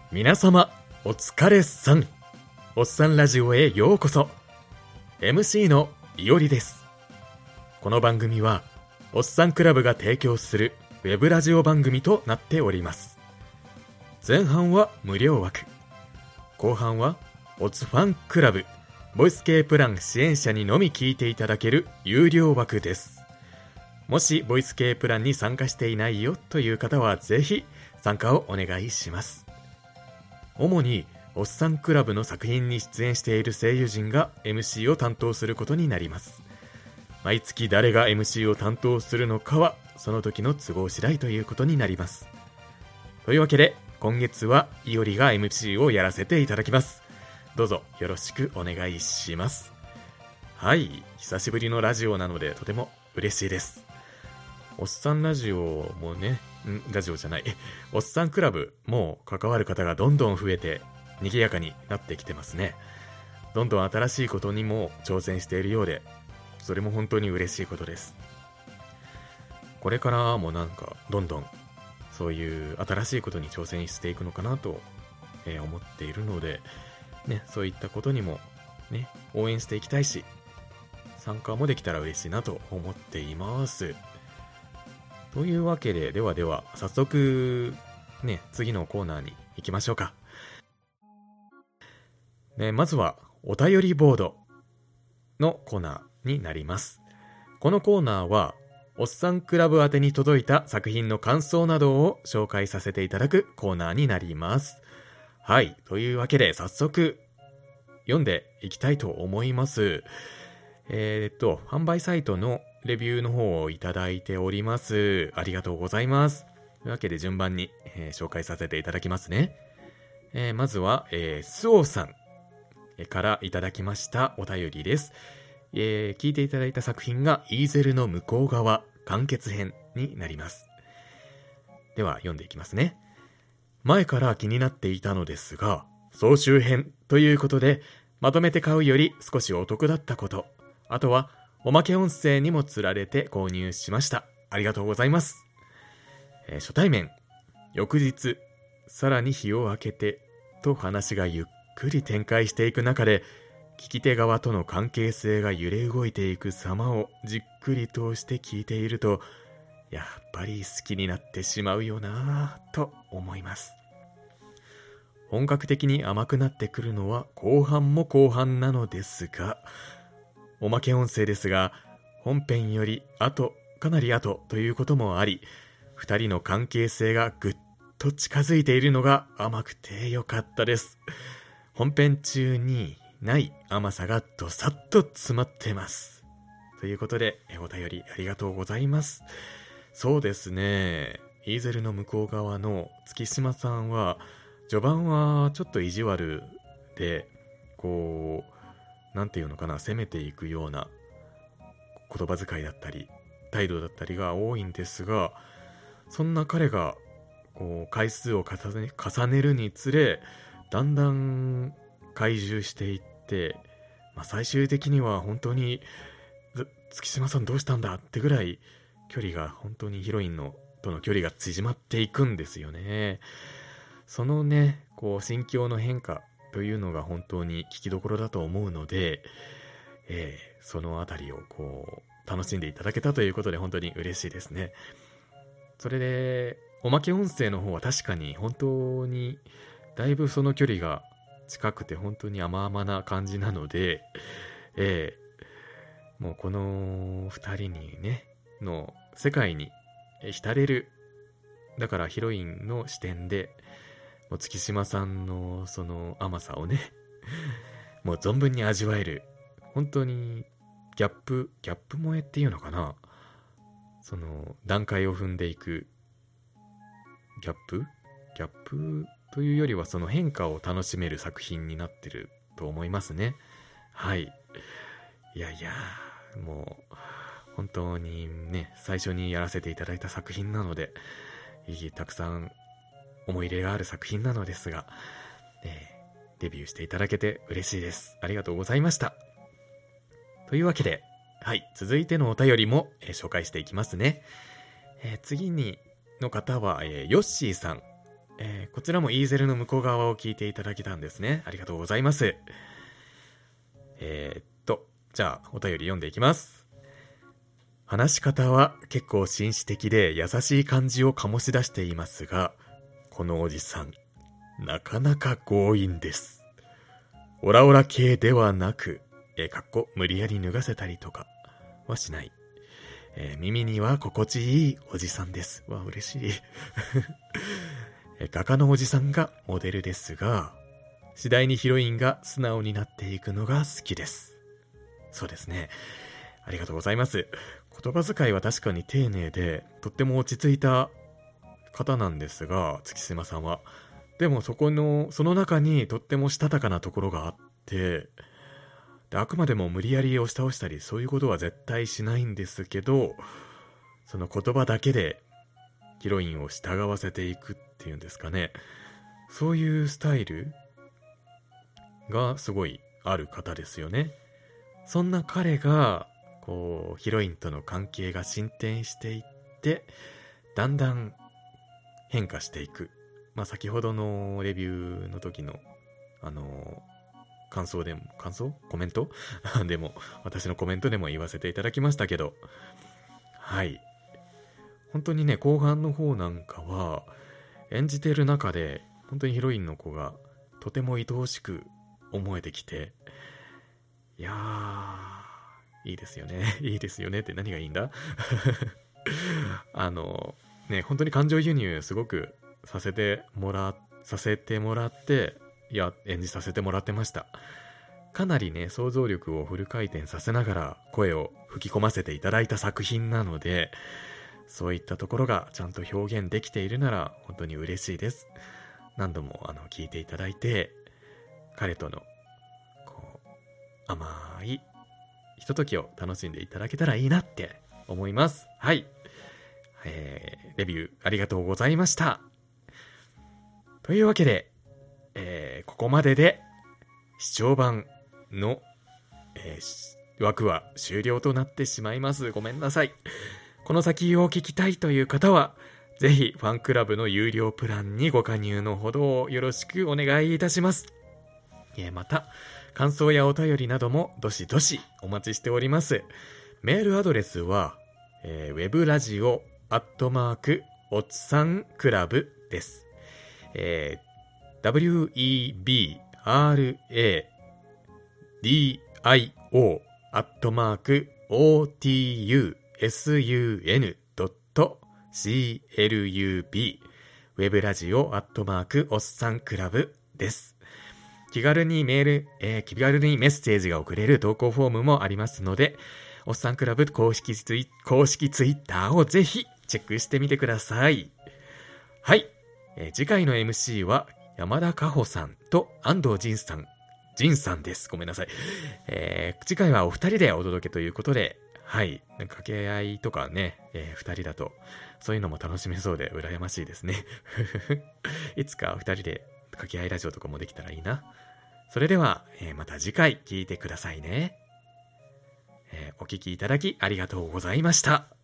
皆様お疲れさん。おっさんラジオへようこそ。 MC のいおりです。この番組はおっさんクラブが提供するウェブラジオ番組となっております。前半は無料枠、後半はおつファンクラブボイス系プラン支援者にのみ聞いていただける有料枠です。もしボイス系プランに参加していないよという方はぜひ参加をお願いします。主におっさんクラブの作品に出演している声優陣が MC を担当することになります。毎月誰が MC を担当するのかはその時の都合次第ということになります。というわけで今月はいおりが MC をやらせていただきます。どうぞよろしくお願いします。はい、久しぶりのラジオなのでとても嬉しいです。おっさんラジオもね、ラジオじゃない、おっさんクラブも関わる方がどんどん増えて賑やかになってきてますね。どんどん新しいことにも挑戦しているようで、それも本当に嬉しいことです。これからもなんかどんどんそういう新しいことに挑戦していくのかなと、思っているので、ね、そういったことにもね、応援していきたいし、参加もできたら嬉しいなと思っています。というわけで、では早速ね、次のコーナーに行きましょうか。まずはお便りボードのコーナーになります。このコーナーはおっさんクラブ宛てに届いた作品の感想などを紹介させていただくコーナーになります。はい、というわけで早速読んでいきたいと思います。販売サイトのレビューの方をいただいております。ありがとうございます。というわけで順番に、紹介させていただきますね。まずは、スオさんからいただきましたお便りです。聞いていただいた作品がイーゼルの向こう側完結編になります。では読んでいきますね。前から気になっていたのですが、総集編ということでまとめて買うより少しお得だったこと、あとはおまけ音声にもつられて購入しました。ありがとうございます。初対面、翌日、さらに日を明けてと話がゆっくり展開していく中で、聞き手側との関係性が揺れ動いていく様をじっくり通して聞いていると、やっぱり好きになってしまうよなぁと思います。本格的に甘くなってくるのは後半も後半なのですが、おまけ音声ですが本編よりかなり後ということもあり、二人の関係性がぐっと近づいているのが甘くてよかったです。本編中にない甘さがどさっと詰まってます。ということでお便りありがとうございます。そうですね、イーゼルの向こう側の月島さんは序盤はちょっと意地悪で、こうなんていうのかな、攻めていくような言葉遣いだったり態度だったりが多いんですが、そんな彼がこう回数を重ねるにつれだんだん懐柔していって、最終的には本当に月島さんどうしたんだってぐらい距離が本当にヒロインとの距離が縮まっていくんですよね。そのね、こう心境の変化というのが本当に聞きどころだと思うので、そのあたりをこう楽しんでいただけたということで本当に嬉しいですね。それでおまけ音声の方は確かに本当にだいぶその距離が近くて本当に甘々な感じなので、もうこの二人にねの世界に浸れる、だからヒロインの視点でもう月島さんのその甘さをねもう存分に味わえる、本当にギャップ萌えっていうのかな、その段階を踏んでいくギャップというよりはその変化を楽しめる作品になってると思いますね。はい、いやもう本当にね、最初にやらせていただいた作品なのでたくさん思い入れがある作品なのですが、デビューしていただけて嬉しいです。ありがとうございました。というわけで、はい、続いてのお便りも、紹介していきますね。次の方は、ヨッシーさんこちらもイーゼルの向こう側を聞いていただけたんですね。ありがとうございます。じゃあお便り読んでいきます。話し方は結構紳士的で優しい感じを醸し出していますが、このおじさん、なかなか強引です。オラオラ系ではなく、無理やり脱がせたりとかはしない。耳には心地いいおじさんです。わ、嬉しい。画家のおじさんがモデルですが、次第にヒロインが素直になっていくのが好きです。そうですね。ありがとうございます。言葉遣いは確かに丁寧で、とっても落ち着いた方なんですが、月島さんは。でもその中にとってもしたたかなところがあって、であくまでも無理やり押し倒したり、そういうことは絶対しないんですけど、その言葉だけでヒロインを従わせていくっていうんですかね。そういうスタイルがすごいある方ですよね。そんな彼がヒロインとの関係が進展していって、だんだん変化していく。先ほどのレビューの時のコメントでも、私のコメントでも言わせていただきましたけど、はい。本当にね、後半の方なんかは、演じている中で、本当にヒロインの子がとても愛おしく思えてきて、いやー、いいですよね。いいですよねって何がいいんだ本当に感情輸入すごくさせてもらって、演じさせてもらってました。かなりね、想像力をフル回転させながら声を吹き込ませていただいた作品なので、そういったところがちゃんと表現できているなら本当に嬉しいです。何度も聞いていただいて、彼との甘いひとときを楽しんでいただけたらいいなって思います。はい。レビューありがとうございました。というわけで、ここまでで視聴版の、枠は終了となってしまいます。ごめんなさい。この先を聞きたいという方は、ぜひファンクラブの有料プランにご加入のほどをよろしくお願いいたします。また、感想やお便りなどもどしどしお待ちしております。メールアドレスは、webradio@otsanclub です。webradio@otsun.club ウェブラジオ@otsanclub です。気軽にメッセージが送れる投稿フォームもありますので、おっさんクラブ公式ツイッターをぜひチェックしてみてください。はい。次回の MC は山田佳穂さんと安藤仁さんです。ごめんなさい。次回はお二人でお届けということで、はい。掛け合いとかね、二人だと、そういうのも楽しめそうで羨ましいですね。いつか二人で掛け合いラジオとかもできたらいいな。それでは、また次回聞いてくださいね。お聞きいただきありがとうございました。